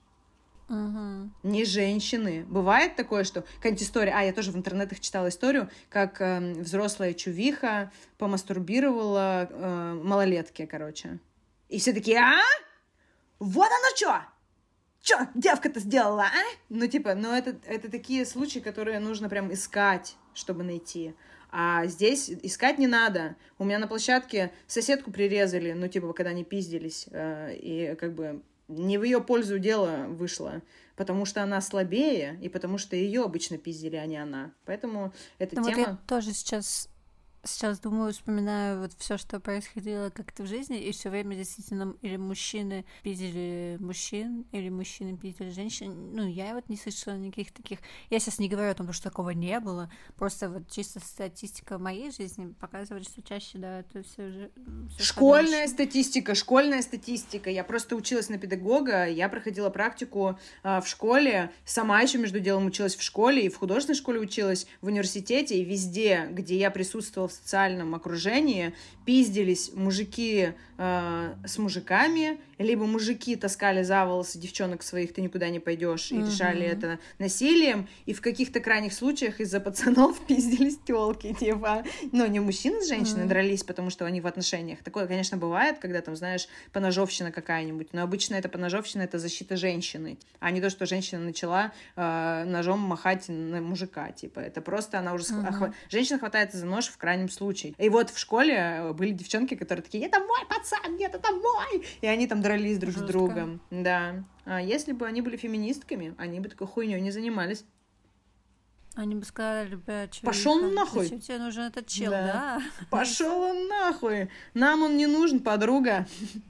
Не женщины. Бывает такое, что какая-нибудь история... я тоже в интернетах читала историю, как взрослая чувиха помастурбировала малолетке, короче. И все такие, вот оно что! Что девка-то сделала, а? Ну, типа, это такие случаи, которые нужно прям искать, чтобы найти. А здесь искать не надо. У меня на площадке соседку прирезали, ну, типа, когда они пиздились. И как бы не в ее пользу дело вышло, потому что она слабее, и потому что ее обычно пиздили, а не она. Поэтому эта тема... Вот я тоже сейчас думаю, вспоминаю вот все, что происходило как-то в жизни, и все время действительно или мужчины пиздили мужчин, или мужчины пиздили женщин. Ну, я вот не слышала никаких таких... Я сейчас не говорю о том, что такого не было, просто вот чисто статистика моей жизни показывает, что чаще, да, это все же... Школьная статистика. Я просто училась на педагога, я проходила практику в школе, сама еще между делом училась в школе, и в художественной школе училась, в университете, и везде, где я присутствовала в социальном окружении, пиздились мужики с мужиками, либо мужики таскали за волосы девчонок своих, ты никуда не пойдешь, и решали это насилием, и в каких-то крайних случаях из-за пацанов пиздились тёлки, типа, ну, не мужчины с женщиной дрались, потому что они в отношениях. Такое, конечно, бывает, когда там, знаешь, поножовщина какая-нибудь, но обычно это поножовщина, это защита женщины, а не то, что женщина начала ножом махать на мужика, типа, это просто она уже... Женщина хватается за нож в крайнем случае. И вот в школе были девчонки, которые такие, это мой пацан, нет, это мой! И они там дрались друг с другом. Да. А если бы они были феминистками, они бы такой хуйней не занимались. Они бы сказали, ребят, пошел нахуй. Зачем тебе нужен этот чел, да? Пошел он нахуй. Нам он не нужен, подруга.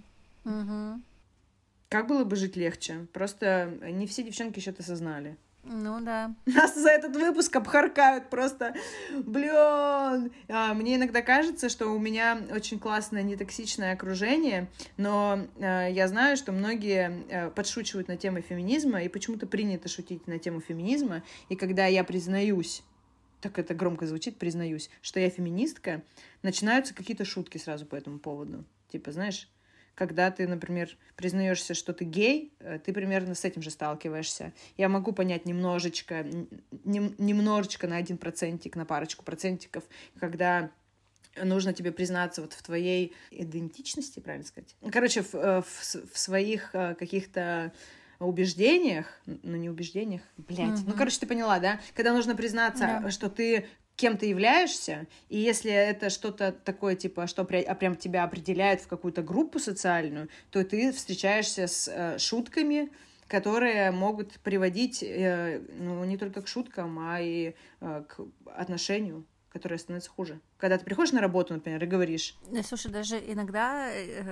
Как было бы жить легче? Просто не все девчонки еще это осознали. Ну да. Нас за этот выпуск обхаркают просто. Блин. Мне иногда кажется, что у меня очень классное нетоксичное окружение, но я знаю, что многие подшучивают на тему феминизма, и почему-то принято шутить на тему феминизма. И когда я признаюсь, так это громко звучит, признаюсь, что я феминистка, начинаются какие-то шутки сразу по этому поводу. Типа, знаешь, когда ты, например, признаешься, что ты гей, ты примерно с этим же сталкиваешься. Я могу понять немножечко на 1%, на парочку процентиков, когда нужно тебе признаться вот в твоей идентичности, правильно сказать? Короче, в своих каких-то убеждениях, ну не убеждениях, ну короче, ты поняла, да? Когда нужно признаться, что ты кем ты являешься, и если это что-то такое, типа, что прям тебя определяет в какую-то группу социальную, то ты встречаешься с шутками, которые могут приводить, ну, не только к шуткам, а и к отношению, которое становится хуже. Когда ты приходишь на работу, например, и говоришь... Слушай, даже иногда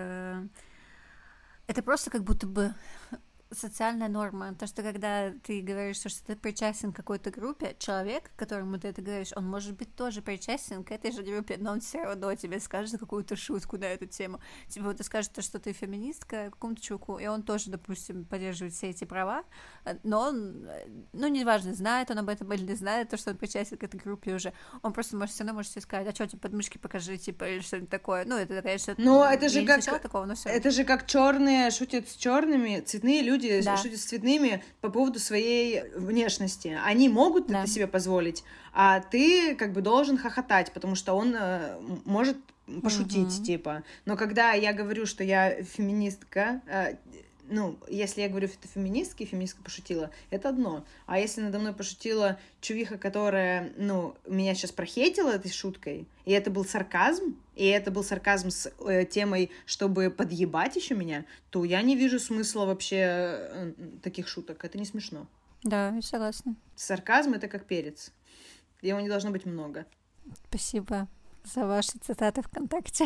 это просто как будто бы социальная норма. То, что когда ты говоришь, что ты причастен к какой-то группе, человек, которому ты это говоришь, он может быть тоже причастен к этой же группе, но он все равно тебе скажет какую-то шутку на эту тему. Тебе вот скажет, что ты феминистка какому-то чуваку, и он тоже, допустим, поддерживает все эти права, но он, ну, неважно, знает он об этом или не знает, то, что он причастен к этой группе уже, он просто может все равно может себе сказать, а что, тебе подмышки покажи, типа, или что-нибудь такое. Ну, это, конечно, но это же как... такого, но всё. Это же как черные шутят с черными, цветные люди шутят с цветными по поводу своей внешности. Они могут это себе позволить, а ты как бы должен хохотать, потому что он может пошутить, типа. Но когда я говорю, что я феминистка, ну, если я говорю, это феминистка пошутила, это одно. А если надо мной пошутила чувиха, которая, ну, меня сейчас прохейтила этой шуткой, и это был сарказм, с темой, чтобы подъебать еще меня, то я не вижу смысла вообще таких шуток. Это не смешно. Да, я согласна. Сарказм — это как перец. Его не должно быть много. Спасибо за ваши цитаты ВКонтакте.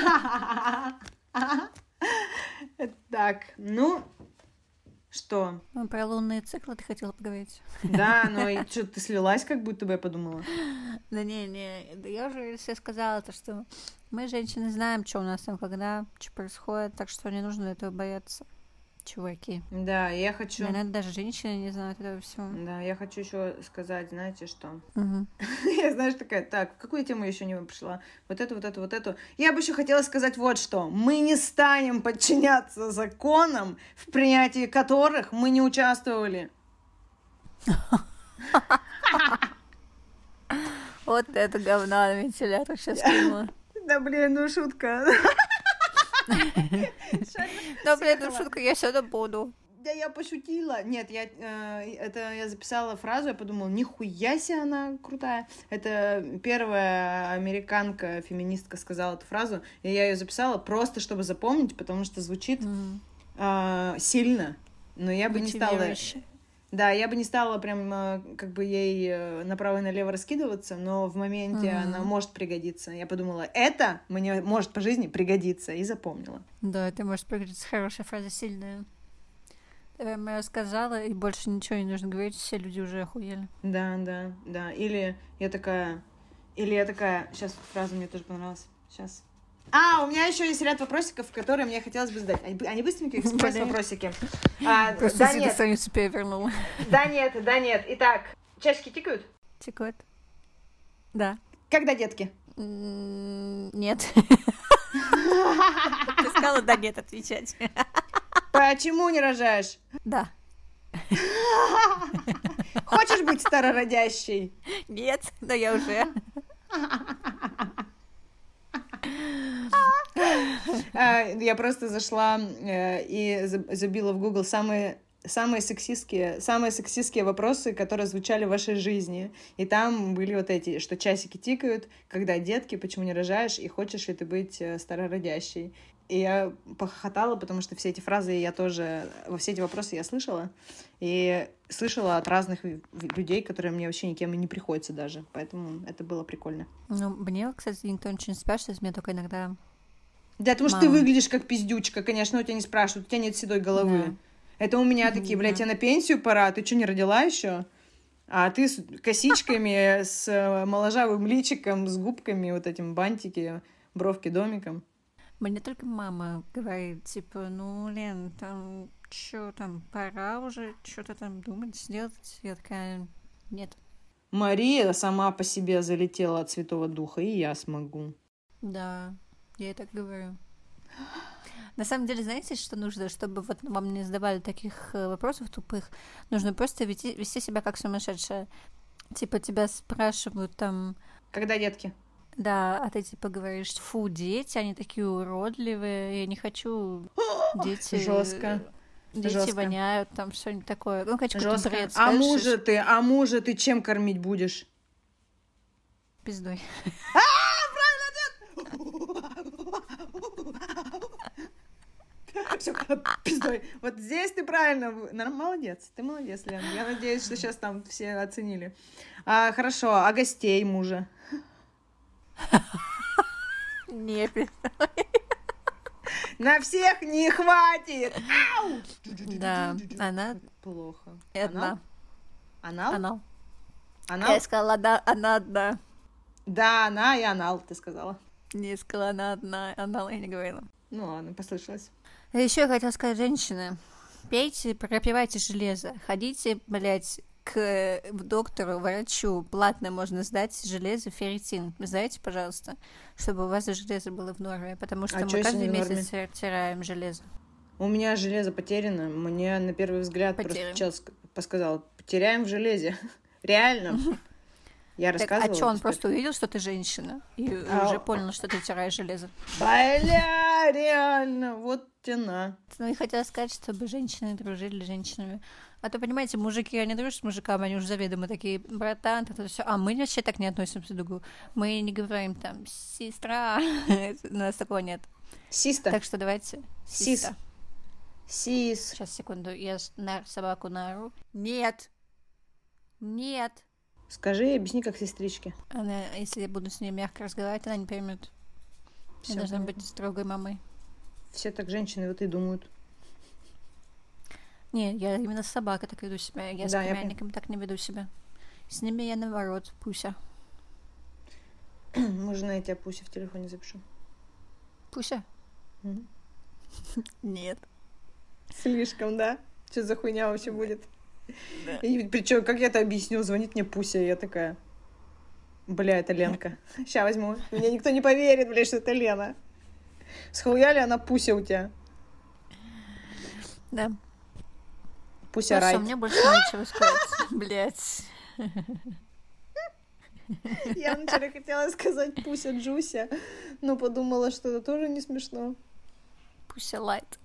Так, ну, что? Про лунные циклы ты хотела поговорить? Да, но и что, ты слилась, как будто бы я подумала? Да да я уже все сказала, то, что мы, женщины, знаем, что у нас там когда, что происходит, так что не нужно этого бояться, чуваки. Да, я хочу... Наверное, даже женщины не знают этого всего. Да, я хочу еще сказать, знаете что? Я, знаешь, такая, так, в какую тему еще не пришла? Вот эту. Я бы еще хотела сказать вот что. Мы не станем подчиняться законам, в принятии которых мы не участвовали. Вот это говна на вентилятор сейчас кинула. Да, блин, ну шутка. Да, блин, ну шутка, я сюда буду. Да, я пошутила. Нет, я записала фразу, я подумала, нихуя себе она крутая. Это первая американка, феминистка сказала эту фразу, и я ее записала просто, чтобы запомнить, потому что звучит сильно. Но я бы не стала... Да, я бы не стала прям как бы ей направо и налево раскидываться, но в моменте она может пригодиться. Я подумала, это мне может по жизни пригодиться, и запомнила. Да, это может пригодиться. Хорошая фраза, сильная. Я рассказала, и больше ничего не нужно говорить, все люди уже охуели. Да. Или я такая... Сейчас фраза мне тоже понравилась. Сейчас. У меня еще есть ряд вопросиков, которые мне хотелось бы задать. Они быстренькие, экспресс-вопросики. Просто да, нет. Страницу перевернула. Да нет. Итак, часики тикают? Тикают. Да. Когда детки? Нет. Ты сказала да, нет отвечать. Почему не рожаешь? Да. Хочешь быть старородящей? Нет, но я уже. Я просто зашла и забила в Google самые сексистские вопросы, которые звучали в вашей жизни. И там были вот эти, что часики тикают, когда детки, почему не рожаешь, и хочешь ли ты быть старородящей. И я похохотала, потому что все эти фразы я тоже... Все эти вопросы я слышала. И слышала от разных людей, которые мне вообще никем и не приходится даже. Поэтому это было прикольно. Ну, мне, кстати, никто ничего не спрашивает, мне только иногда... Да, потому что ты выглядишь как пиздючка. Конечно, у тебя не спрашивают, у тебя нет седой головы. Да. Это у меня такие, блядь, тебе на пенсию пора, ты что, не родила еще? А ты с косичками, с моложавым личиком, с губками, вот этим бантики, бровки домиком. Мне только мама говорит, типа, ну, Лен, там, что там, пора уже что-то там думать, сделать. Я такая, нет. Мария сама по себе залетела от Святого Духа, и я смогу. Да, я и так говорю. На самом деле, знаете, что нужно, чтобы вот вам не задавали таких вопросов тупых? Нужно просто вести себя как сумасшедшая. Типа, тебя спрашивают там... Когда детки? Да, а ты типа говоришь, фу, дети, они такие уродливые, я не хочу дети... Жестко. дети Жестко. воняют, там что-нибудь такое. Ну, какой-то Жестко. бред А скажешь, мужа ты чем кормить будешь? пиздой. Все, пиздой. Вот здесь ты правильно. Молодец, ты молодец, Лен. Я надеюсь, что сейчас там все оценили. Хорошо, а гостей мужа? Не, На всех не хватит! да, она Плохо. одна. Анал? Анал. Анал? Я сказала, да, она одна. Да, она и анал, ты сказала. Не сказала, она одна. Анал я не говорила. Ну ладно, послышалось. Еще я хотела сказать, женщины, пейте, пропивайте железо. Ходите, блядь, к доктору, врачу. Платно можно сдать железо, ферритин. Вы знаете, пожалуйста, чтобы у вас железо было в норме. Потому что мы чё, если каждый не в норме? месяц теряем железо. У меня железо потеряно. Мне на первый взгляд Потерян. просто чел сказал, потеряем в железе. Реально. Я Так, рассказывала. а что, он что- просто увидел, что ты женщина, и уже понял, что ты теряешь железо. Бля, реально, вот тяна. Ну и хотела сказать, чтобы женщины дружили с женщинами. А то, понимаете, мужики, они дружат с мужиками, они уже заведомо такие, братан, это все. А мы вообще так не относимся друг к другу. Мы не говорим там, сестра. У нас такого нет. Систа. Так что давайте. Сис. Систа. Сис. Сейчас, секунду, я собаку наору. Нет. Нет. Скажи, объясни, как сестричке. Она, если я буду с ней мягко разговаривать, она не поймет. Я Всё должна понятно. быть строгой мамой. Все так женщины вот и думают. Не, я именно с собакой так веду себя. Я с Да, я племянниками так не веду себя. С ними я наоборот, Пуся. Можно я тебя Пуся в телефоне запишу? Пуся? Мгм. Нет. Слишком, да? Что за хуйня вообще будет? И причем, как я это объясню? Звонит мне Пуся, и я такая... Бля, это Ленка. Сейчас возьму. Мне никто не поверит, бля, что это Лена. Схуяли она Пуся у тебя? Да. Пуся Ну, всё, райт. мне больше нечего сказать. Блять. Я вначале хотела сказать Пуся Джуся, но подумала, что это тоже не смешно. Пуся лайт.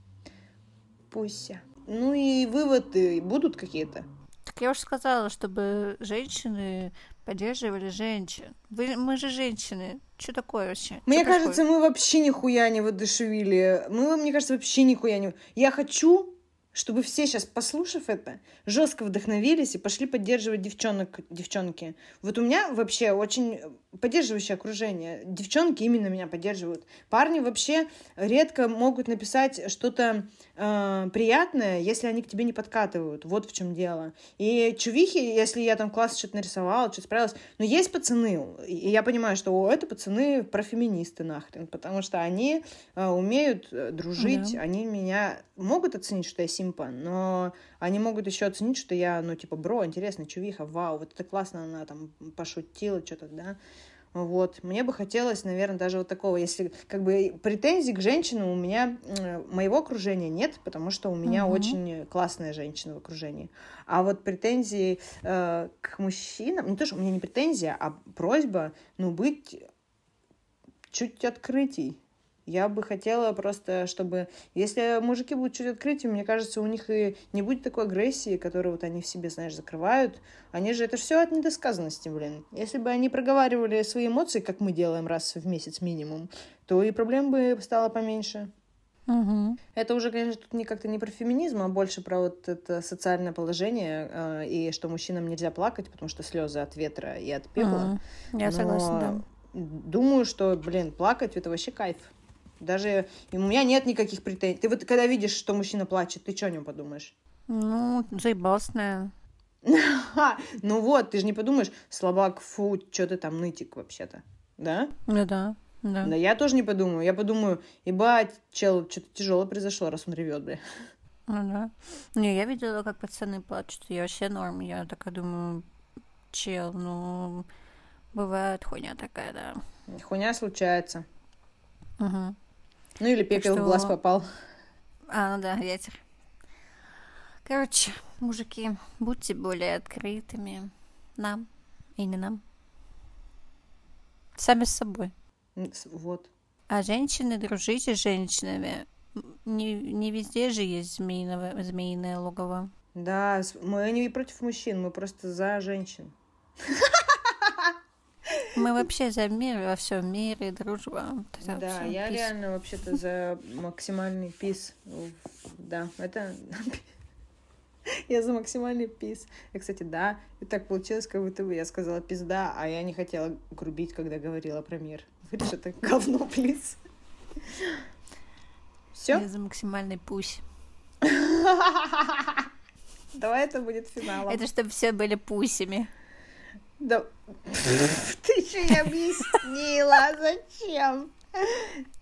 Пуся. Ну и выводы будут какие-то? Так я уже сказала, чтобы женщины поддерживали женщин. Мы же женщины. Что такое вообще? Мне Чё кажется, происходит? мы вообще нихуя не воодушевили. Мне кажется, вообще нихуя не... Я хочу, чтобы все сейчас, послушав это, жестко вдохновились и пошли поддерживать девчонки. Вот у меня вообще очень поддерживающее окружение. Девчонки именно меня поддерживают. Парни вообще редко могут написать что-то приятное, если они к тебе не подкатывают. Вот в чем дело. И чувихи, если я там в классе что-то нарисовала, что-то справилась, но есть пацаны, и я понимаю, что это пацаны профеминисты нахрен, потому что они умеют дружить, Да. они меня могут оценить, что я симпа, но они могут еще оценить, что я, ну, типа, бро, интересно, чувиха, вау, вот это классно, она там пошутила что-то, да. Вот. Мне бы хотелось, наверное, даже вот такого, если как бы претензий к женщинам у меня, моего окружения нет, потому что у меня очень классная женщина в окружении. А вот претензии к мужчинам, не то, что у меня не претензия, а просьба, ну, быть чуть открытий. Я бы хотела просто, чтобы... Если мужики будут чуть открытыми, мне кажется, у них и не будет такой агрессии, которую вот они в себе, знаешь, закрывают. Они же... Это все от недосказанности, блин. Если бы они проговаривали свои эмоции, как мы делаем раз в месяц минимум, то и проблем бы стало поменьше. Угу. Это уже, конечно, тут как-то не про феминизм, а больше про вот это социальное положение, и что мужчинам нельзя плакать, потому что слезы от ветра и от пепла. Я согласна, да. Думаю, что, блин, плакать — это вообще кайф. Даже у меня нет никаких претензий. Ты вот когда видишь, что мужчина плачет, ты что о нем подумаешь? Ну, заебался, наверное. Ну вот, ты же не подумаешь, слабак, фу, что ты там нытик вообще-то, да? Ну да, да. Да я тоже не подумаю. Я подумаю, ебать, чел, что-то тяжелое произошло, раз он ревет, бля. Ну да. Не, я видела, как пацаны плачут. Я вообще норм. Я такая думаю, чел, ну, бывает хуйня такая, да. Хуйня случается. Угу. Ну или пепел что- в глаз попал. Ну да, ветер. Короче, мужики, будьте более открытыми. Нам и не нам. Сами с собой. Вот. А женщины, дружите с женщинами. Не везде же есть змеиное логово. Да, мы не против мужчин, мы просто за женщин. Мы вообще за мир, во всем мире, дружба. Да, я реально вообще-то за максимальный пис. Да, это... Я за максимальный пис. И, кстати, да, и так получилось, как будто бы я сказала пизда, а я не хотела грубить, когда говорила про мир. Говоришь, это говно, плиз. Все? Я за максимальный пусь. Давай это будет финалом. Это чтобы все были пусями. Да. Ты еще не объяснила, зачем?